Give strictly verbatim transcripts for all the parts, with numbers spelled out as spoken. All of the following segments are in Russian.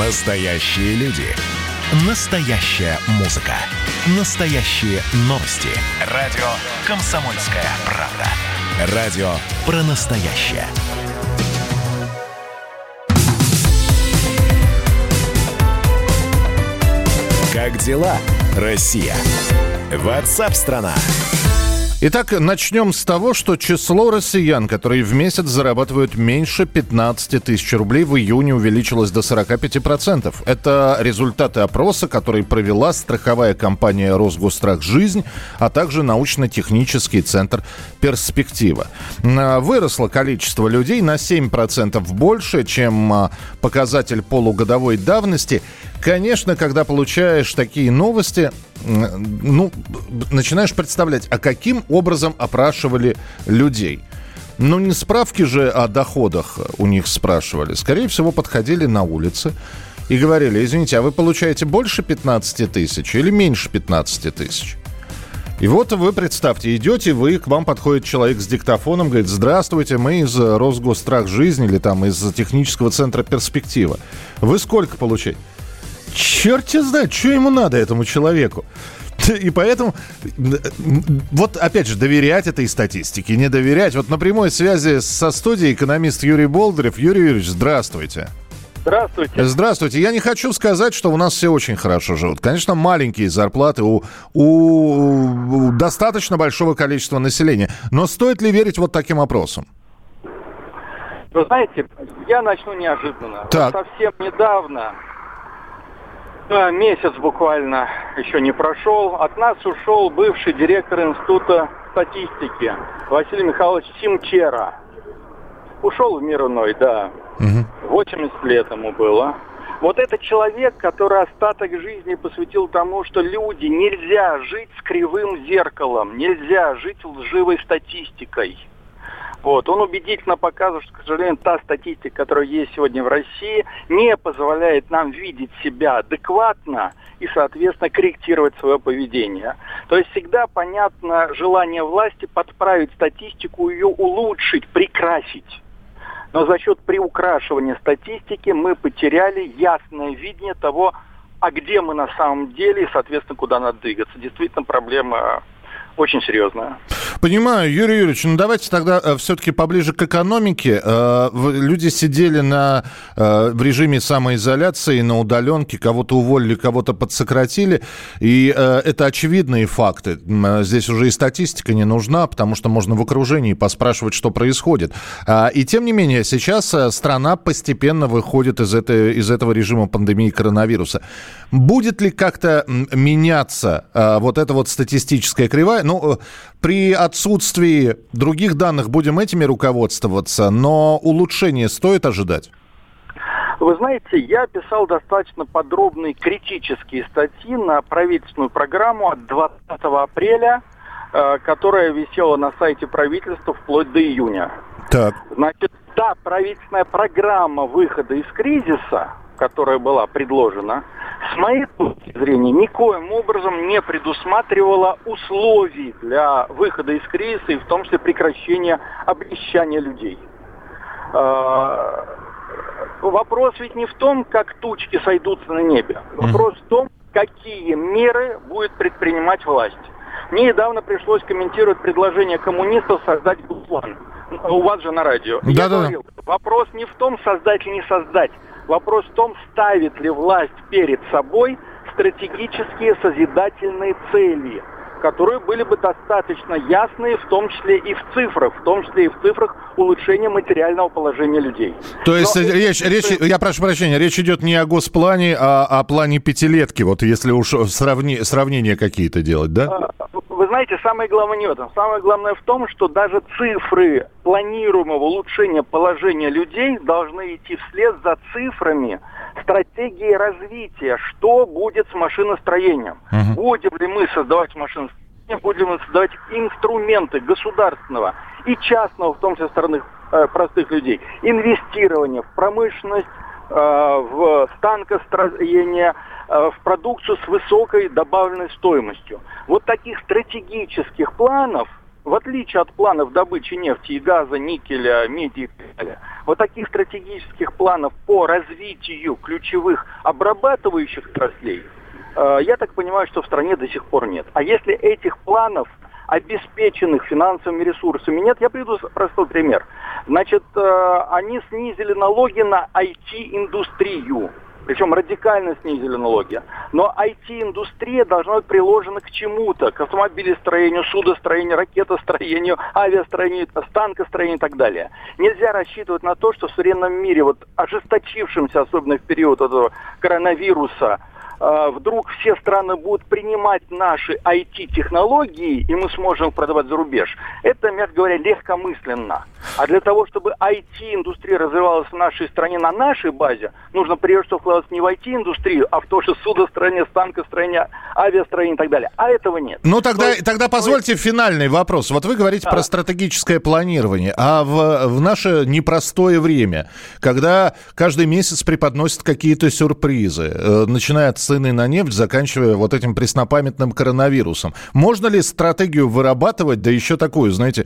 Настоящие люди. Настоящая музыка. Настоящие новости. Радио «Комсомольская правда». Радио про настоящее. Как дела, Россия? Ватсап-страна! Итак, начнем с того, что число россиян, которые в месяц зарабатывают меньше пятнадцать тысяч рублей, в июне увеличилось до сорок пять процентов. Это результаты опроса, который провела страховая компания «Росгосстрахжизнь», а также научно-технический центр «Перспектива». Выросло количество людей на семь процентов больше, чем показатель полугодовой давности. Конечно, когда получаешь такие новости, ну, начинаешь представлять, а каким образом опрашивали людей. Ну, не справки же о доходах у них спрашивали. Скорее всего, подходили на улице и говорили: извините, а вы получаете больше пятнадцати тысяч или меньше пятнадцати тысяч? И вот вы, представьте, идете, вы, к вам подходит человек с диктофоном, говорит: здравствуйте, мы из Росгосстрахжизнь или там из технического центра «Перспектива». Вы сколько получаете? Черт тебя знает, что ему надо, этому человеку. И поэтому, вот опять же, доверять этой статистике, не доверять. Вот на прямой связи со студией экономист Юрий Болдырев. Юрий Юрьевич, здравствуйте. Здравствуйте. Здравствуйте. Я не хочу сказать, что у нас все очень хорошо живут. Конечно, маленькие зарплаты у, у, у достаточно большого количества населения. Но стоит ли верить вот таким опросам? Вы знаете, я начну неожиданно. Так. Вот совсем недавно... Месяц буквально еще не прошел. От нас ушел бывший директор Института статистики Василий Михайлович Симчера. Ушел в мир иной, да. Угу. восемьдесят лет ему было. Вот это человек, который остаток жизни посвятил тому, что люди, нельзя жить с кривым зеркалом, нельзя жить лживой статистикой. Вот. Он убедительно показывает, что, к сожалению, та статистика, которая есть сегодня в России, не позволяет нам видеть себя адекватно и, соответственно, корректировать свое поведение. То есть всегда понятно желание власти подправить статистику, ее улучшить, прикрасить. Но за счет приукрашивания статистики мы потеряли ясное видение того, а где мы на самом деле и, соответственно, куда надо двигаться. Действительно, проблема очень серьезная. Понимаю, Юрий Юрьевич, ну давайте тогда э, все-таки поближе к экономике. Э, люди сидели на, э, в режиме самоизоляции, на удаленке, кого-то уволили, кого-то подсократили, и э, это очевидные факты. Здесь уже и статистика не нужна, потому что можно в окружении поспрашивать, что происходит. А, и тем не менее, сейчас страна постепенно выходит из, этой, из этого режима пандемии коронавируса. Будет ли как-то меняться э, вот эта вот статистическая кривая? Ну, при отсутствии других данных будем этими руководствоваться, но улучшение стоит ожидать? Вы знаете, я писал достаточно подробные критические статьи на правительственную программу от двадцатого апреля, э, которая висела на сайте правительства вплоть до июня. Так. Значит, та правительственная программа выхода из кризиса, которая была предложена, с моей точки зрения, никоим образом не предусматривала условий для выхода из кризиса и в том числе прекращения обнищания людей. Вопрос ведь не в том, как тучки сойдутся на небе. Вопрос в том, какие меры будет предпринимать власть. Мне недавно пришлось комментировать предложение коммунистов создать Госплан. У вас же на радио. Да, Я да, говорил, вопрос не в том, создать или не создать. Вопрос в том, ставит ли власть перед собой стратегические созидательные цели, которые были бы достаточно ясные, в том числе и в цифрах, в том числе и в цифрах улучшения материального положения людей. То есть Но речь, речь, я прошу прощения, речь идет не о госплане, а о плане пятилетки, вот если уж сравни, сравнения какие-то делать, да? Вы знаете, самое главное не в этом. Самое главное в том, что даже цифры планируемого улучшения положения людей должны идти вслед за цифрами стратегии развития. Что будет с машиностроением? Uh-huh. Будем ли мы создавать машиностроение, будем ли мы создавать инструменты государственного и частного, в том числе стороны э, простых людей, инвестирование в промышленность, э, в станкостроение, в продукцию с высокой добавленной стоимостью. Вот таких стратегических планов В отличие от планов добычи нефти и газа, никеля, меди и так далее, вот таких стратегических планов по развитию ключевых обрабатывающих отраслей, э, я так понимаю, что в стране до сих пор нет. А если этих планов, обеспеченных финансовыми ресурсами, нет, я приведу простой пример. Значит, э, они снизили налоги на ай ти-индустрию. Причем радикально снизили налоги. Но ай ти-индустрия должна быть приложена к чему-то. К автомобилестроению, судостроению, ракетостроению, авиастроению, станкостроению и так далее. Нельзя рассчитывать на то, что в современном мире, вот ожесточившемся, особенно в период этого коронавируса, вдруг все страны будут принимать наши ай ти-технологии, и мы сможем их продавать за рубеж. Это, мягко говоря, легкомысленно. А для того, чтобы ай ти-индустрия развивалась в нашей стране на нашей базе, нужно прежде всего вкладываться не в ай ти-индустрию, а в то же судостроение, станкостроение, авиастроение и так далее. А этого нет. Ну, тогда, есть, тогда позвольте есть... финальный вопрос. Вот вы говорите да. про стратегическое планирование, а в, в наше непростое время, когда каждый месяц преподносят какие-то сюрпризы, э, начиная от цены на нефть, заканчивая вот этим преснопамятным коронавирусом. Можно ли стратегию вырабатывать, да еще такую, знаете,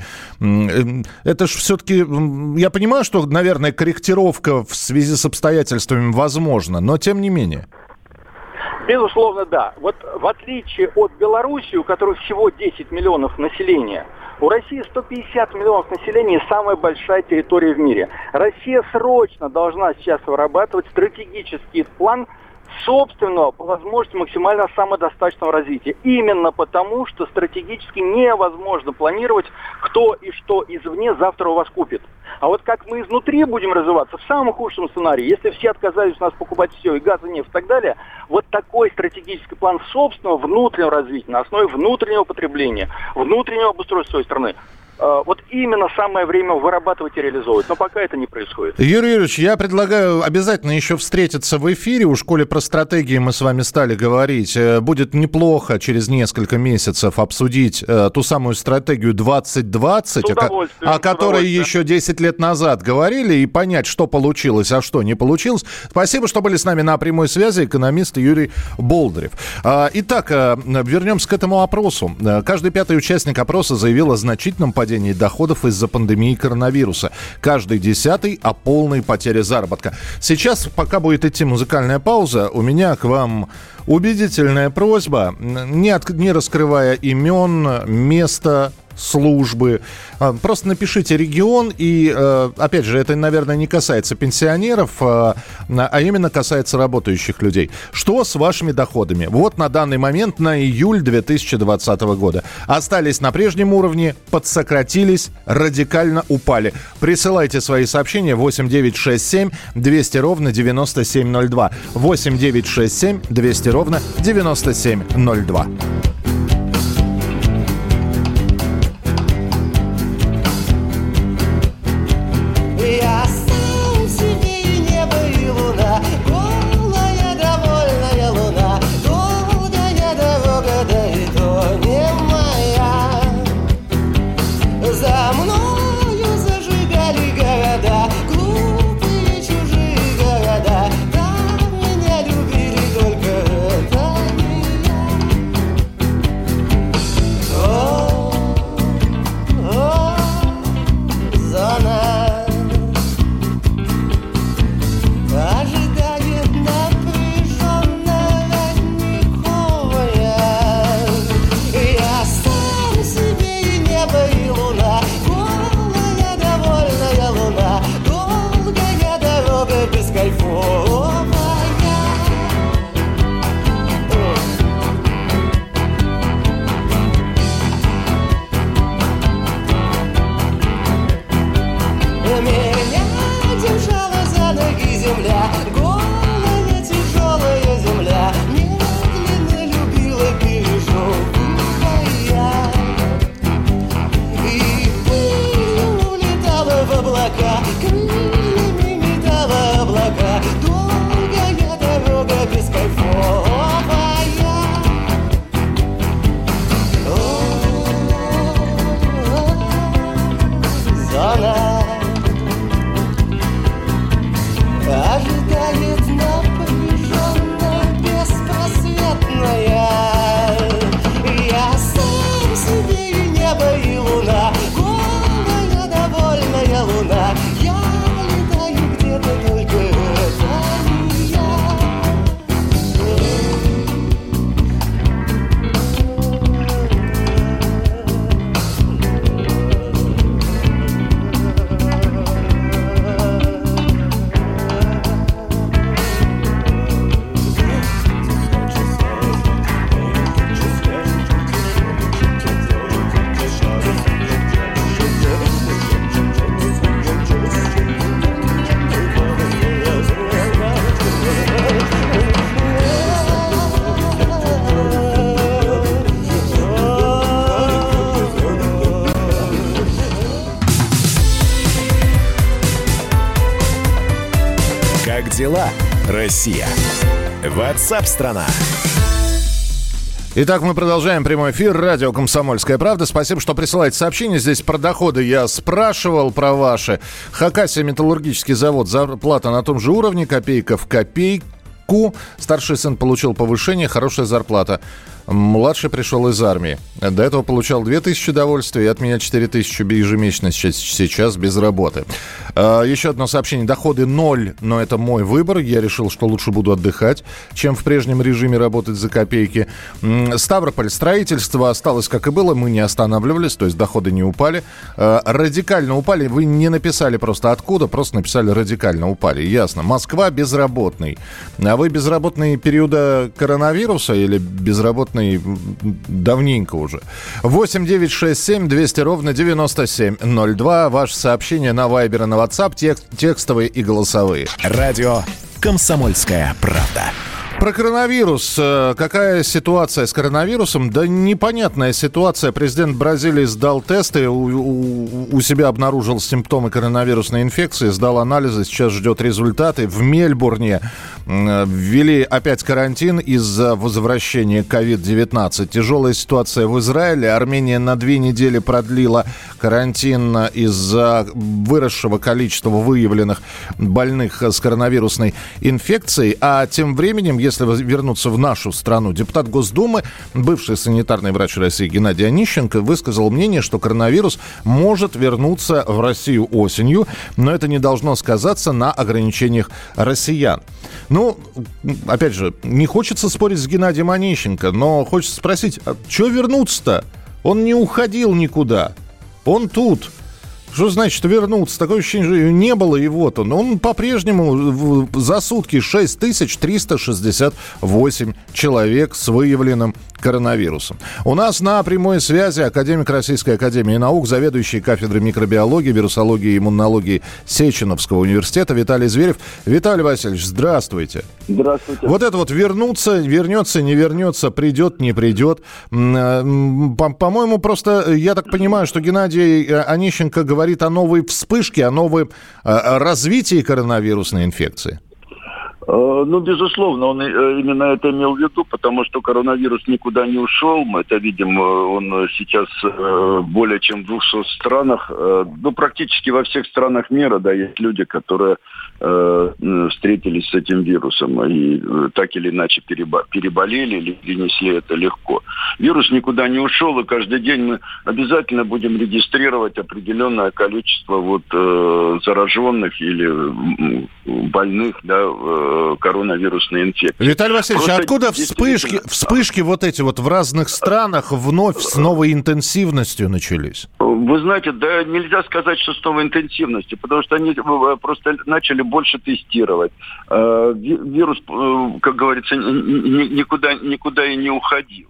это же все-таки, я понимаю, что, наверное, корректировка в связи с обстоятельствами возможна, но тем не менее. Безусловно, да. Вот в отличие от Беларуси, у которой всего десять миллионов населения, у России сто пятьдесят миллионов населения и самая большая территория в мире. Россия срочно должна сейчас вырабатывать стратегический план собственного, по возможности, максимально самодостаточного развития. Именно потому, что стратегически невозможно планировать, кто и что извне завтра у вас купит. А вот как мы изнутри будем развиваться, в самом худшем сценарии, если все отказались у нас покупать все, и газ, и нефть и так далее, вот такой стратегический план собственного внутреннего развития, на основе внутреннего потребления, внутреннего обустройства своей страны, вот именно самое время вырабатывать и реализовывать. Но пока это не происходит. Юрий Юрьевич, я предлагаю обязательно еще встретиться в эфире. Уж коли про стратегии мы с вами стали говорить, будет неплохо через несколько месяцев обсудить э, ту самую стратегию двадцать двадцать, о, о которой еще десять лет назад говорили, и понять, что получилось, а что не получилось. Спасибо, что были с нами на прямой связи. Экономист Юрий Болдырев. А, итак, вернемся к этому опросу. Каждый пятый участник опроса заявил о значительном падении доходов из-за пандемии коронавируса. Каждый десятый о полной потере заработка. Сейчас, пока будет идти музыкальная пауза, у меня к вам убедительная просьба, не, от, не раскрывая имен, места, службы. Просто напишите регион, и, опять же, это, наверное, не касается пенсионеров, а именно касается работающих людей. Что с вашими доходами? Вот на данный момент, на июль две тысячи двадцатого года. Остались на прежнем уровне, подсократились, радикально упали. Присылайте свои сообщения восемь девятьсот шестьдесят семь двести ровно девяносто семь ноль два. восемь девятьсот шестьдесят семь двести ровно девяносто семь ноль два. Россия. WhatsApp-страна. Итак, мы продолжаем прямой эфир. Радио «Комсомольская правда». Спасибо, что присылаете сообщения. Здесь про доходы я спрашивал, про ваши. Хакасия, металлургический завод. Зарплата на том же уровне, копейка в копейку. Старший сын получил повышение, хорошая зарплата. Младший пришел из армии. До этого получал две тысячи довольствия, и от меня четыре тысячи ежемесячно сейчас без работы. Еще одно сообщение. Доходы ноль, но это мой выбор. Я решил, что лучше буду отдыхать, чем в прежнем режиме работать за копейки. Ставрополь. Строительство осталось как и было. Мы не останавливались, то есть доходы не упали. Радикально упали. Вы не написали просто откуда, просто написали радикально упали. Ясно. Москва безработный. А вы безработный периода коронавируса или безработный давненько уже? восемь девятьсот шестьдесят семь двести ровно девяносто семь ноль два. Ваше сообщение на Вайбер и на WhatsApp, текст, текстовые и голосовые. Радио «Комсомольская правда». Про коронавирус. Какая ситуация с коронавирусом? Да непонятная ситуация. Президент Бразилии сдал тесты, у, у, у себя обнаружил симптомы коронавирусной инфекции, сдал анализы, сейчас ждет результаты. В Мельбурне ввели опять карантин из-за возвращения ковид девятнадцать. Тяжелая ситуация в Израиле. Армения на две недели продлила карантин из-за выросшего количества выявленных больных с коронавирусной инфекцией. А тем временем, если вернуться в нашу страну, депутат Госдумы, бывший санитарный врач России Геннадий Онищенко высказал мнение, что коронавирус может вернуться в Россию осенью, но это не должно сказаться на ограничениях россиян. Ну, опять же, не хочется спорить с Геннадием Онищенко, но хочется спросить, а что вернуться-то? Он не уходил никуда, он тут. Что значит вернуться? Такое ощущение, что не было его-то. Но он по-прежнему за сутки шесть тысяч триста шестьдесят восемь человек с выявленным коронавирусом. У нас на прямой связи академик Российской академии наук, заведующий кафедрой микробиологии, вирусологии и иммунологии Сеченовского университета Виталий Зверев. Виталий Васильевич, здравствуйте. Здравствуйте. Вот это вот вернуться, вернется, не вернется, придет, не придет. По-моему, просто я так понимаю, что Геннадий Онищенко говорит о новой вспышке, о новом развитии коронавирусной инфекции. Ну, безусловно, он именно это имел в виду, потому что коронавирус никуда не ушел. Мы это видим, он сейчас более чем в двухсот странах. Ну, практически во всех странах мира, да, есть люди, которые встретились с этим вирусом и так или иначе переболели или перенесли это легко. Вирус никуда не ушел, и каждый день мы обязательно будем регистрировать определенное количество вот зараженных или больных, да, коронавирусной инфекцией. Виталий Васильевич, Просто а откуда вспышки, вспышки вот эти вот в разных странах вновь с новой интенсивностью начались? Вы знаете, да нельзя сказать, что с новой интенсивностью, потому что они просто начали больше тестировать. Вирус, как говорится, никуда, никуда и не уходил.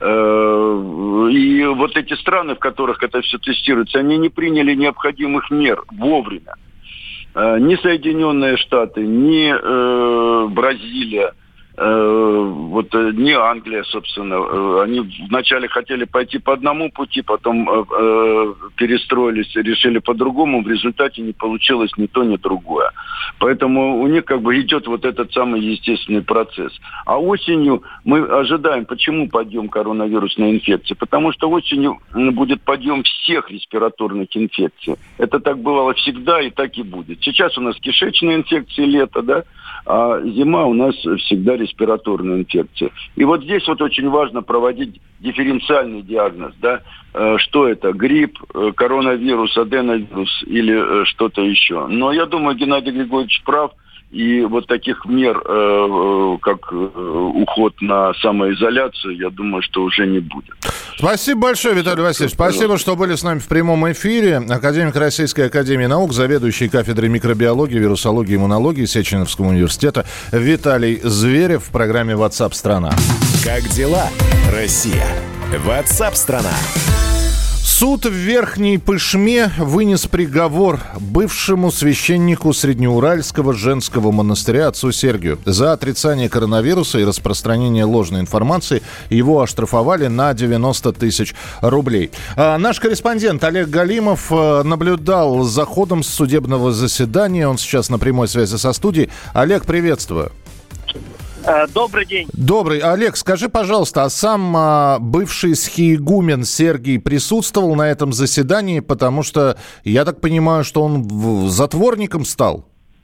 И вот эти страны, в которых это все тестируется, они не приняли необходимых мер вовремя. Ни Соединенные Штаты, ни э, Бразилия, э, вот, ни Англия, собственно. Э, они вначале хотели пойти по одному пути, потом э, перестроились, решили по-другому. В результате не получилось ни то, ни другое. Поэтому у них как бы идет вот этот самый естественный процесс. А осенью мы ожидаем, почему подъем коронавирусной инфекции? Потому что осенью будет подъем всех респираторных инфекций. Это так бывало всегда и так и будет. Сейчас у нас кишечные инфекции лето, да, а зима у нас всегда респираторная инфекция. И вот здесь вот очень важно проводить дифференциальный диагноз, да, что это, грипп, коронавирус, аденовирус или что-то еще. Но я думаю, Геннадий Григорьевич прав, и вот таких мер, как уход на самоизоляцию, я думаю, что уже не будет. Спасибо большое, Виталий Васильевич. Спасибо, что были с нами в прямом эфире. Академик Российской академии наук, заведующий кафедрой микробиологии, вирусологии и иммунологии Сеченовского университета Виталий Зверев в программе WhatsApp-страна. Как дела, Россия? WhatsApp-страна. Суд в Верхней Пышме вынес приговор бывшему священнику Среднеуральского женского монастыря отцу Сергию. За отрицание коронавируса и распространение ложной информации его оштрафовали на девяносто тысяч рублей. А наш корреспондент Олег Галимов наблюдал за ходом судебного заседания. Он сейчас на прямой связи со студией. Олег, приветствую. Добрый день. Добрый. Олег, скажи, пожалуйста, а сам а, бывший схиегумен Сергий присутствовал на этом заседании, потому что я так понимаю, что он в... затворником стал?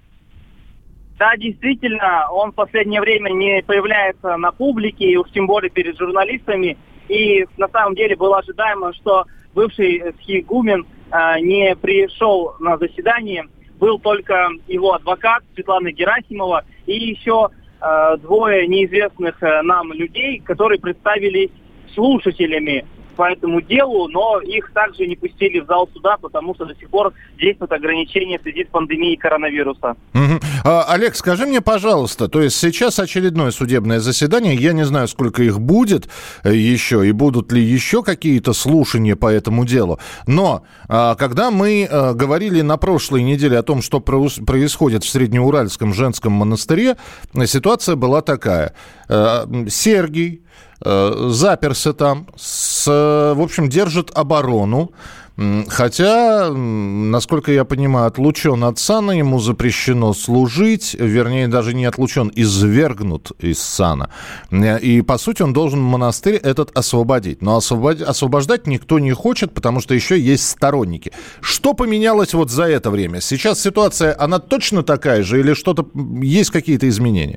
Да, действительно, он в последнее время не появляется на публике, и уж тем более перед журналистами. И на самом деле было ожидаемо, что бывший схиегумен а, не пришел на заседание. Был только его адвокат Светлана Герасимова и еще двое неизвестных нам людей, которые представились слушателями по этому делу, но их также не пустили в зал суда, потому что до сих пор действуют ограничения в связи с пандемией коронавируса. Угу. А, Олег, скажи мне, пожалуйста, то есть сейчас очередное судебное заседание, я не знаю, сколько их будет еще, и будут ли еще какие-то слушания по этому делу, но а, когда мы а, говорили на прошлой неделе о том, что происходит в Среднеуральском женском монастыре, ситуация была такая. А, Сергий заперся там, с, в общем, держит оборону, хотя, насколько я понимаю, отлучен от сана, ему запрещено служить, вернее, даже не отлучен, извергнут из сана. И, по сути, он должен монастырь этот освободить. Но освобод... освобождать никто не хочет, потому что еще есть сторонники. Что поменялось вот за это время? Сейчас ситуация, она точно такая же или что-то, есть какие-то изменения?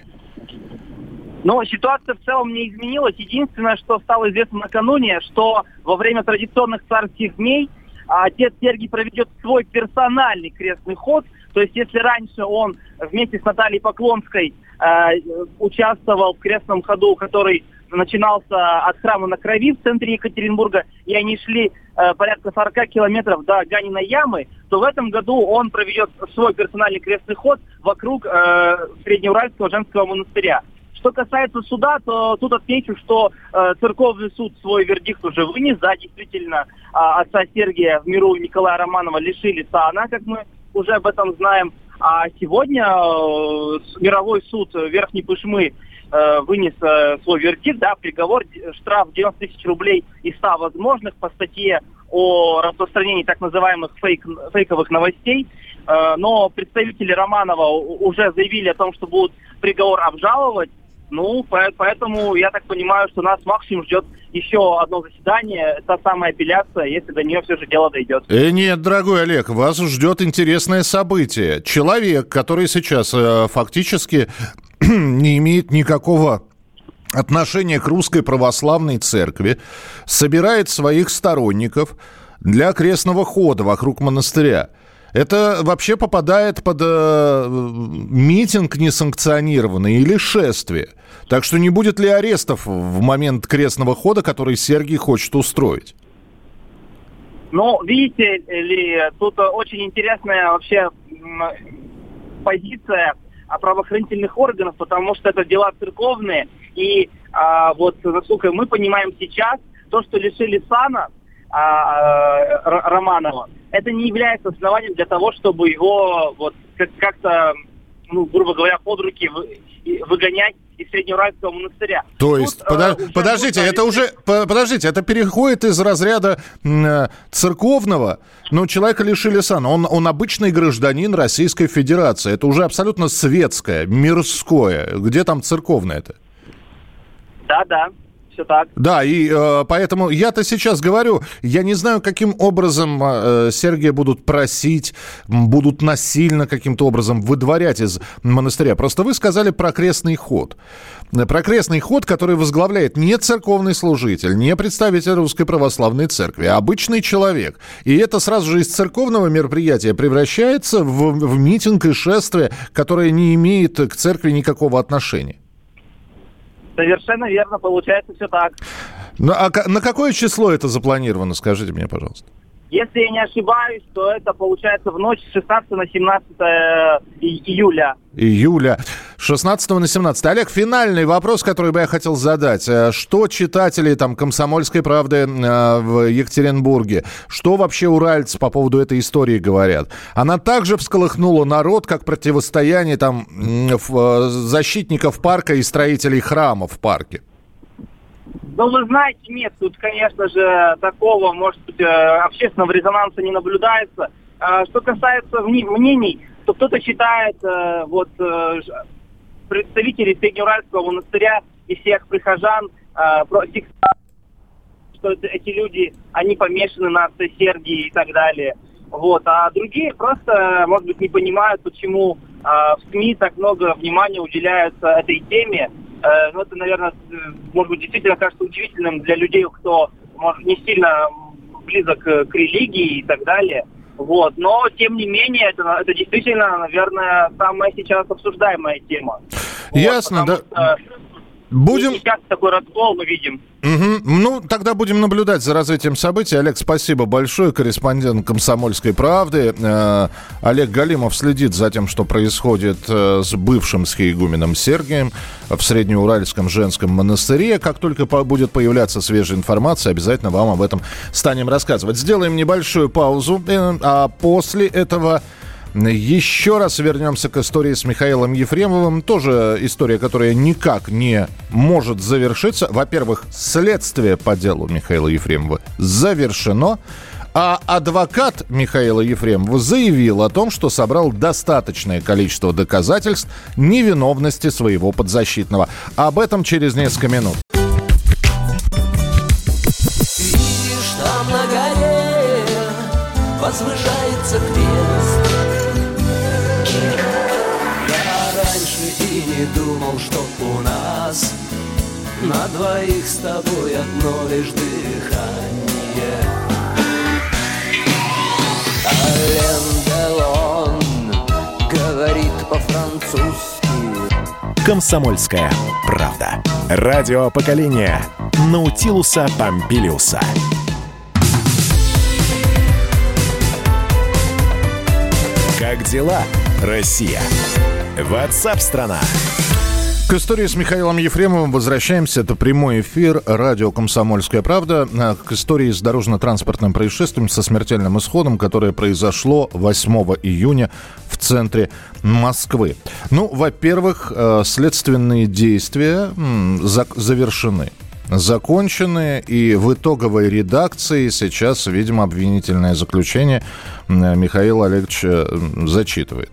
Но ситуация в целом не изменилась. Единственное, что стало известно накануне, что во время традиционных царских дней отец Сергий проведет свой персональный крестный ход. То есть, если раньше он вместе с Натальей Поклонской э, участвовал в крестном ходу, который начинался от храма на Крови в центре Екатеринбурга, и они шли э, порядка сорок километров до Ганиной ямы, то в этом году он проведет свой персональный крестный ход вокруг э, Среднеуральского женского монастыря. Что касается суда, то тут отмечу, что э, церковный суд свой вердикт уже вынес. Да, действительно, э, отца Сергия в миру Николая Романова лишили сана, как мы уже об этом знаем. А сегодня э, мировой суд Верхней Пышмы э, вынес э, свой вердикт, да, приговор, штраф девяносто тысяч рублей из ста возможных по статье о распространении так называемых фейк, фейковых новостей. Э, но представители Романова уже заявили о том, что будут приговор обжаловать. Ну, поэтому я так понимаю, что нас максимум ждет еще одно заседание, та самая апелляция, если до нее все же дело дойдет. Э, нет, дорогой Олег, вас ждет интересное событие. Человек, который сейчас э, фактически не имеет никакого отношения к Русской Православной Церкви, собирает своих сторонников для крестного хода вокруг монастыря. Это вообще попадает под э, митинг несанкционированный или шествие. Так что не будет ли арестов в момент крестного хода, который Сергий хочет устроить? Ну, видите ли, тут очень интересная вообще позиция правоохранительных органов, потому что это дела церковные. И а, вот, насколько мы понимаем сейчас, то, что лишили сана а, а, Романова, это не является основанием для того, чтобы его вот как-то, ну, грубо говоря, под руки выгонять из Среднеуральского монастыря. То есть, Тут, подо- э, подождите, это уже, подождите, это переходит из разряда э, церковного, но человека лишили сана. Он, он обычный гражданин Российской Федерации. Это уже абсолютно светское, мирское. Где там церковное-то? Да-да. Все так. Да, и э, поэтому я-то сейчас говорю, я не знаю, каким образом э, Сергия будут просить, будут насильно каким-то образом выдворять из монастыря. Просто вы сказали про крестный ход. Про крестный ход, который возглавляет не церковный служитель, не представитель Русской Православной Церкви, а обычный человек. И это сразу же из церковного мероприятия превращается в, в митинг и шествие, которое не имеет к церкви никакого отношения. Совершенно верно, получается все так. Ну, а на какое число это запланировано, скажите мне, пожалуйста? Если я не ошибаюсь, то это получается в ночь с шестнадцатого на семнадцатое июля. Июля. шестнадцатого на семнадцатое. Олег, финальный вопрос, который бы я хотел задать. Что читатели там «Комсомольской правды» э, в Екатеринбурге, что вообще уральцы по поводу этой истории говорят? Она также всколыхнула народ, как противостояние там э, защитников парка и строителей храма в парке? Ну, вы знаете, нет, тут, конечно же, такого, может быть, общественного резонанса не наблюдается. Что касается мнений, то кто-то считает, вот, представителей Среднеуральского монастыря и всех прихожан, что эти люди, они помешаны на отце Сергии и так далее. Вот. А другие просто, может быть, не понимают, почему в СМИ так много внимания уделяется этой теме. Ну, это, наверное, может быть, действительно кажется удивительным для людей, кто, может, не сильно близок к религии и так далее. Вот. Но, тем не менее, это, это действительно, наверное, самая сейчас обсуждаемая тема. Ясно, вот, да. Что будем... сейчас такой раскол мы видим. Угу. Ну, тогда будем наблюдать за развитием событий. Олег, спасибо большое. Корреспондент «Комсомольской правды». Э, Олег Галимов следит за тем, что происходит э, с бывшим схиегуменом Сергием в Среднеуральском женском монастыре. Как только по- будет появляться свежая информация, обязательно вам об этом станем рассказывать. Сделаем небольшую паузу, э, а после этого... Еще раз вернемся к истории с Михаилом Ефремовым. Тоже история, которая никак не может завершиться. Во-первых, следствие по делу Михаила Ефремова завершено. А адвокат Михаила Ефремова заявил о том, что собрал достаточное количество доказательств невиновности своего подзащитного. Об этом через несколько минут. Видишь, там на горе возвышается крест. И не думал, что у нас на двоих с тобой одно лишь дыхание. Ален Делон говорит по-французски. «Комсомольская правда». Радио поколения Наутилуса Помпилиуса. Как дела, Россия? WhatsApp-страна. К истории с Михаилом Ефремовым возвращаемся. Это прямой эфир радио «Комсомольская правда». К истории с дорожно-транспортным происшествием со смертельным исходом, которое произошло восьмого июня в центре Москвы. Ну, во-первых, следственные действия завершены. Закончены, и в итоговой редакции сейчас, видимо, обвинительное заключение Михаил Олегович зачитывает.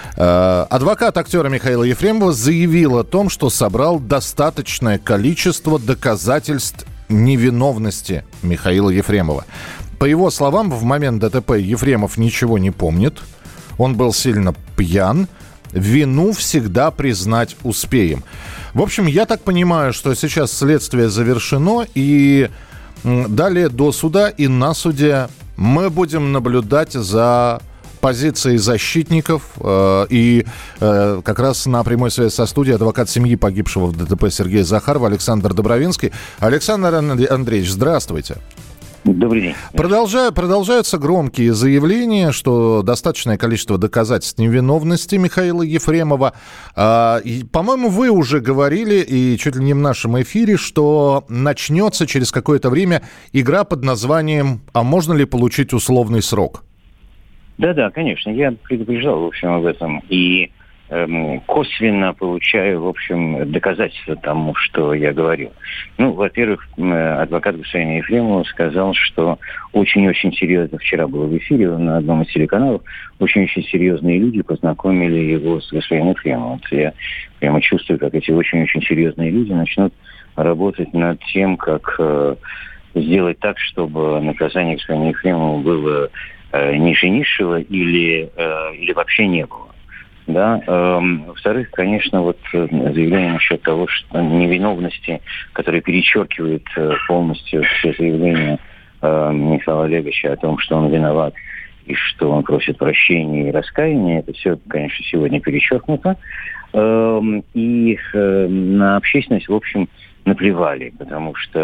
Адвокат актера Михаила Ефремова заявил о том, что собрал достаточное количество доказательств невиновности Михаила Ефремова. По его словам, в момент ДТП Ефремов ничего не помнит. Он был сильно пьян. Вину всегда признать успеем. В общем, я так понимаю, что сейчас следствие завершено, и далее до суда и на суде мы будем наблюдать за позиции защитников, э, и э, как раз на прямой связи со студией адвокат семьи погибшего в ДТП Сергея Захарова Александр Добровинский. Александр Андреевич, здравствуйте. Добрый день. Продолжаю, продолжаются громкие заявления, что достаточное количество доказательств невиновности Михаила Ефремова. А, и, по-моему, вы уже говорили, и чуть ли не в нашем эфире, что начнется через какое-то время игра под названием «А можно ли получить условный срок?» Да-да, конечно, я предупреждал, в общем, об этом. И эм, косвенно получаю, в общем, доказательства тому, что я говорил. Ну, во-первых, адвокат господина Ефремова сказал, что очень-очень серьезно, вчера было в эфире на одном из телеканалов, очень-очень серьезные люди познакомили его с господином Ефремовым. Я прямо чувствую, как эти очень-очень серьезные люди начнут работать над тем, как э, сделать так, чтобы наказание господина Ефремова было ниже низшего или, э, или вообще не было. Да? Эм, во-вторых, конечно, вот заявление насчет того, что невиновности, которое перечеркивает э, полностью все заявления э, Михаила Олеговича о том, что он виноват и что он просит прощения и раскаяния, это все, конечно, сегодня перечеркнуто. Эм, и э, на общественность, в общем, наплевали, потому что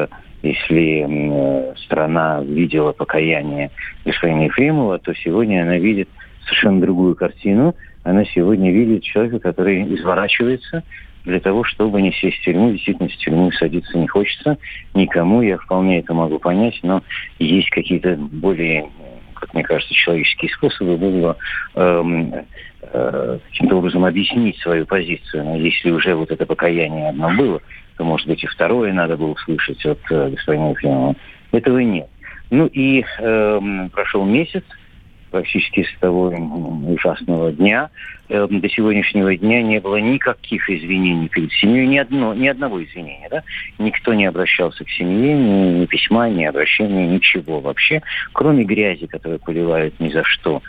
Если э, страна видела покаяние господина Ефремова, то сегодня она видит совершенно другую картину. Она сегодня видит человека, который изворачивается для того, чтобы не сесть в тюрьму. Действительно, в тюрьму садиться не хочется никому, я вполне это могу понять, но есть какие-то более, как мне кажется, человеческие способы было эм, э, каким-то образом объяснить свою позицию. Но если уже вот это покаяние одно было, то, может быть, и второе надо было услышать от э, господина Ефремова. Этого нет. Ну и э, прошел месяц, практически с того ужасного дня. Э, до сегодняшнего дня не было никаких извинений перед семьей, ни, одно, ни одного извинения. Да? Никто не обращался к семье, ни, ни письма, ни обращения, ничего вообще, кроме грязи, которую поливают ни за что.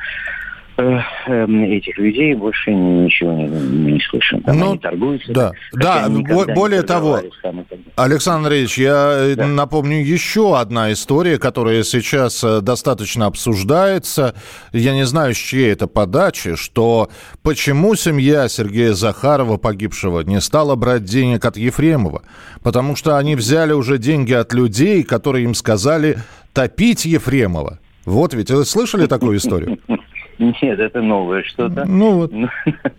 Этих людей больше ничего не, не слышим. Там ну, они торгуются. Да, да более того, Александр Ильич, я да. напомню, еще одна история, которая сейчас достаточно обсуждается. Я не знаю, с чьей это подачи, что почему семья Сергея Захарова, погибшего, не стала брать денег от Ефремова. Потому что они взяли уже деньги от людей, которые им сказали топить Ефремова. Вот ведь, вы слышали такую историю? Нет, это новое что-то. Ну вот. Ну,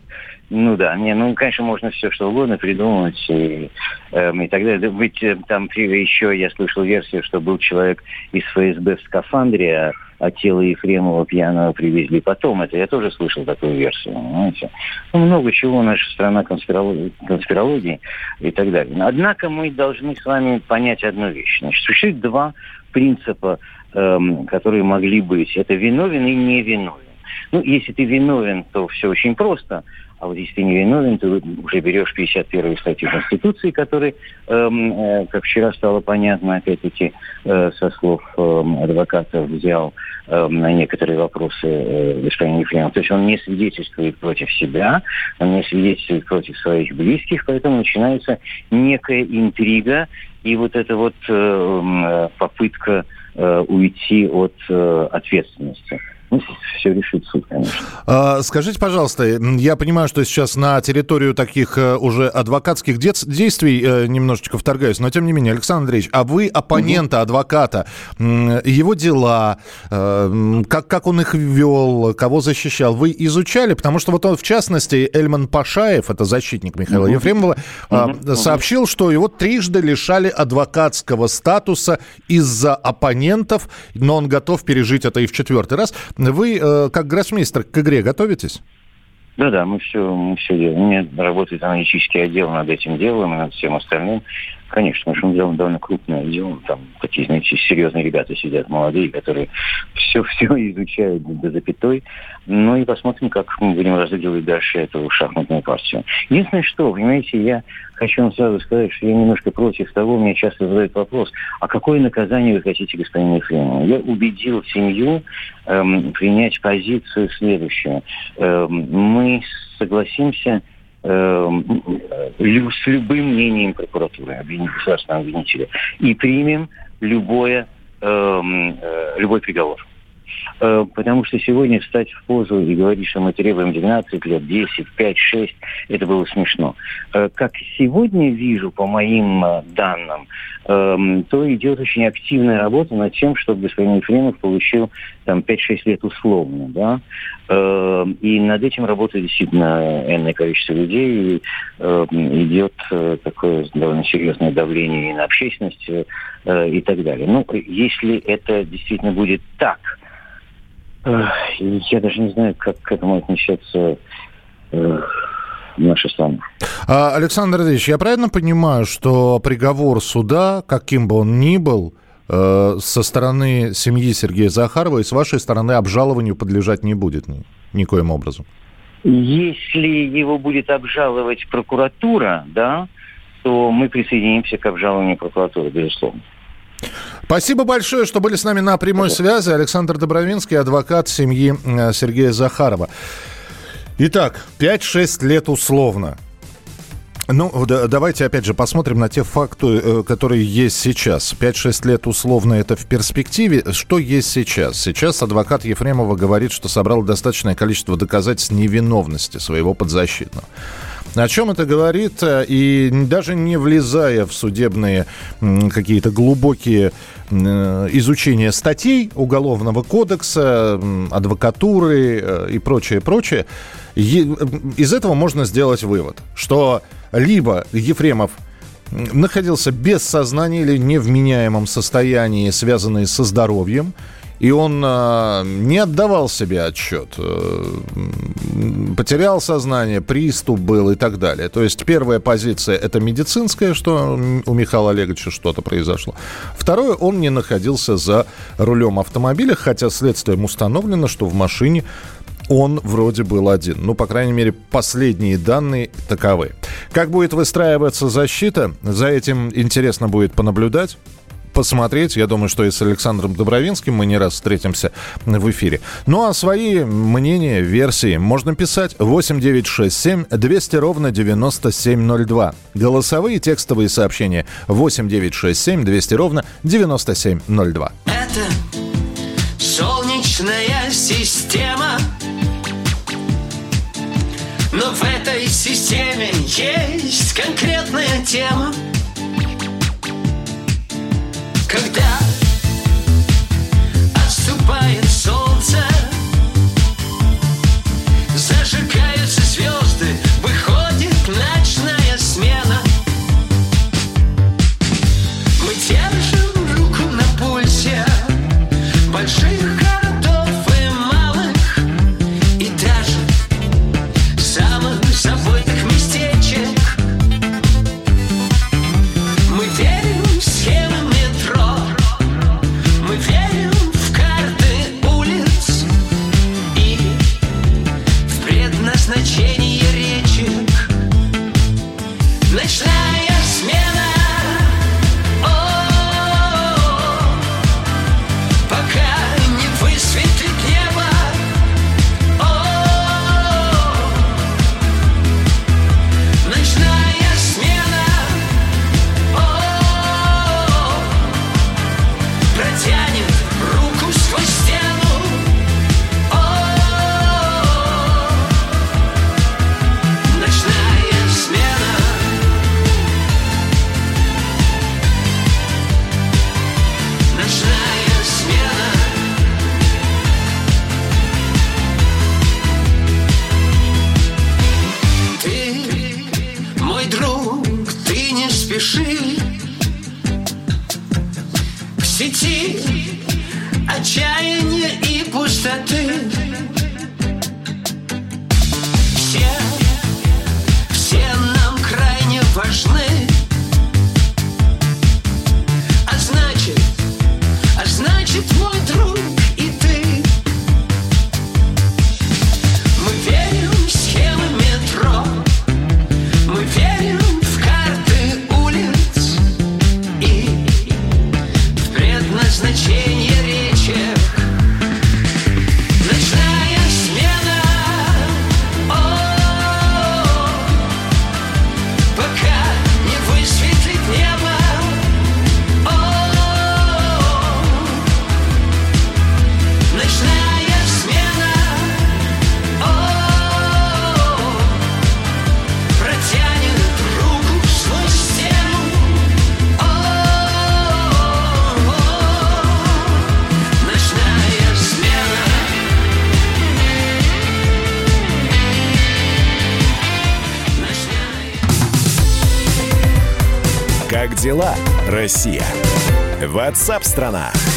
ну да, не, ну, конечно, можно все что угодно придумать и, э, и так далее. Быть там еще я слышал версию, что был человек из ФСБ в скафандре, а, а тело Ефремова пьяного привезли потом. Это я тоже слышал такую версию, понимаете. Ну, много чего, наша страна конспирологии, конспирологии и так далее. Однако мы должны с вами понять одну вещь. Значит, существует два принципа, эм, которые могли быть. Это виновен и невиновен. Ну, если ты виновен, то все очень просто. А вот если ты не виновен, ты уже берешь пятьдесят первую статью Конституции, который, эм, э, как вчера стало понятно, опять-таки, э, со слов э, адвокатов, взял э, на некоторые вопросы э, господина Ефремова. То есть он не свидетельствует против себя, он не свидетельствует против своих близких, поэтому начинается некая интрига и вот эта вот э, попытка э, уйти от э, ответственности. Ну, все решит суд, конечно. А, скажите, пожалуйста, я понимаю, что сейчас на территорию таких уже адвокатских де- действий э, немножечко вторгаюсь, но тем не менее, Александр Андреевич, а вы оппонента, адвоката, его дела, э, как, как он их вел, кого защищал, вы изучали? Потому что вот он, в частности, Эльман Пашаев, это защитник Михаила uh-huh. Ефремова, uh-huh. э, сообщил, что его трижды лишали адвокатского статуса из-за оппонентов, но он готов пережить это и в четвертый раз. Вы, э, как гроссмейстер, к игре готовитесь? Да-да, мы все, мы все делаем. У меня работает аналитический отдел над этим делом и над всем остальным. Конечно, потому что мы делаем довольно крупное дело. Там такие, знаете, серьезные ребята сидят, молодые, которые все-все изучают до запятой. Ну и посмотрим, как мы будем разыгрывать дальше эту шахматную партию. Единственное, что, понимаете, я хочу вам сразу сказать, что я немножко против того, мне часто задают вопрос, а какое наказание вы хотите господину Ефремову? Я убедил семью эм, принять позицию следующую. Эм, мы согласимся с любым мнением прокуратуры, государственного обвинителя, и примем любое, э, любой приговор. Э, потому что сегодня встать в позу и говорить, что мы требуем двенадцать лет, десять, пять, шесть, это было смешно. Э, как сегодня вижу по моим э, данным, э, то идет очень активная работа над тем, чтобы господин Ефремов получил там пять-шесть лет условно, да. Э, и над этим работает действительно энное количество людей, и э, идет э, такое довольно серьезное давление и на общественность э, и так далее. Ну, если это действительно будет так, я даже не знаю, как к этому относятся э, наши страны. Александр Ильич, я правильно понимаю, что приговор суда, каким бы он ни был, э, со стороны семьи Сергея Захарова и с вашей стороны обжалованию подлежать не будет ни, никоим образом? Если его будет обжаловать прокуратура, да, то мы присоединимся к обжалованию прокуратуры, безусловно. Спасибо большое, что были с нами на прямой связи. Александр Добровинский, адвокат семьи Сергея Захарова. Итак, пять-шесть лет условно. Ну, да, давайте опять же посмотрим на те факты, которые есть сейчас. пять-шесть лет условно это в перспективе. Что есть сейчас? Сейчас адвокат Ефремова говорит, что собрал достаточное количество доказательств невиновности своего подзащитного. О чем это говорит? И даже не влезая в судебные какие-то глубокие изучения статей Уголовного кодекса, адвокатуры и прочее, прочее, из этого можно сделать вывод, что либо Ефремов находился без сознания или в невменяемом состоянии, связанные со здоровьем, и он э, не отдавал себе отчет, э, потерял сознание, приступ был и так далее. То есть первая позиция – это медицинская, что у Михаила Олеговича что-то произошло. Второе – он не находился за рулем автомобиля, хотя следствием установлено, что в машине он вроде был один. Ну, по крайней мере, последние данные таковы. Как будет выстраиваться защита, за этим интересно будет понаблюдать, посмотреть. Я думаю, что и с Александром Добровинским мы не раз встретимся в эфире. Ну, а свои мнения, версии можно писать восемь девятьсот шестьдесят семь двести ровно девяносто семь ноль два. Голосовые текстовые сообщения восемь девятьсот шестьдесят семь двести ровно девяносто семь ноль два. Это солнечная система, но в этой системе есть конкретная тема. Когда отступает солнце, зажигаются звезды, выходит ночная смена. Мы держим руку на пульсе больших городов и малых, и даже самых забытых местечек. Мы верим в схемы метро, мы верим в карты улиц и в предназначение речек. Ночная смена, о-о-о, пока не высветлит небо, о-о-о, ночная смена, о-о-о, протянет руку сквозь стену, о-о-о, ночная смена, ночная смена. Ты, мой друг, ты не спеши. В сети отчаяния и пустоты. Все, все нам крайне важны. А значит, а значит, мой друг и ты. Мы верим в схемы метро, мы верим в карты улиц и в предназначение речек. Ночная смена, о-о-о, пока не высветлит небо, о-о-о, ночная смена, о-о-о, протянет руку сквозь стену, о-о-о, ночная смена. Как дела, Россия? WhatsApp-страна.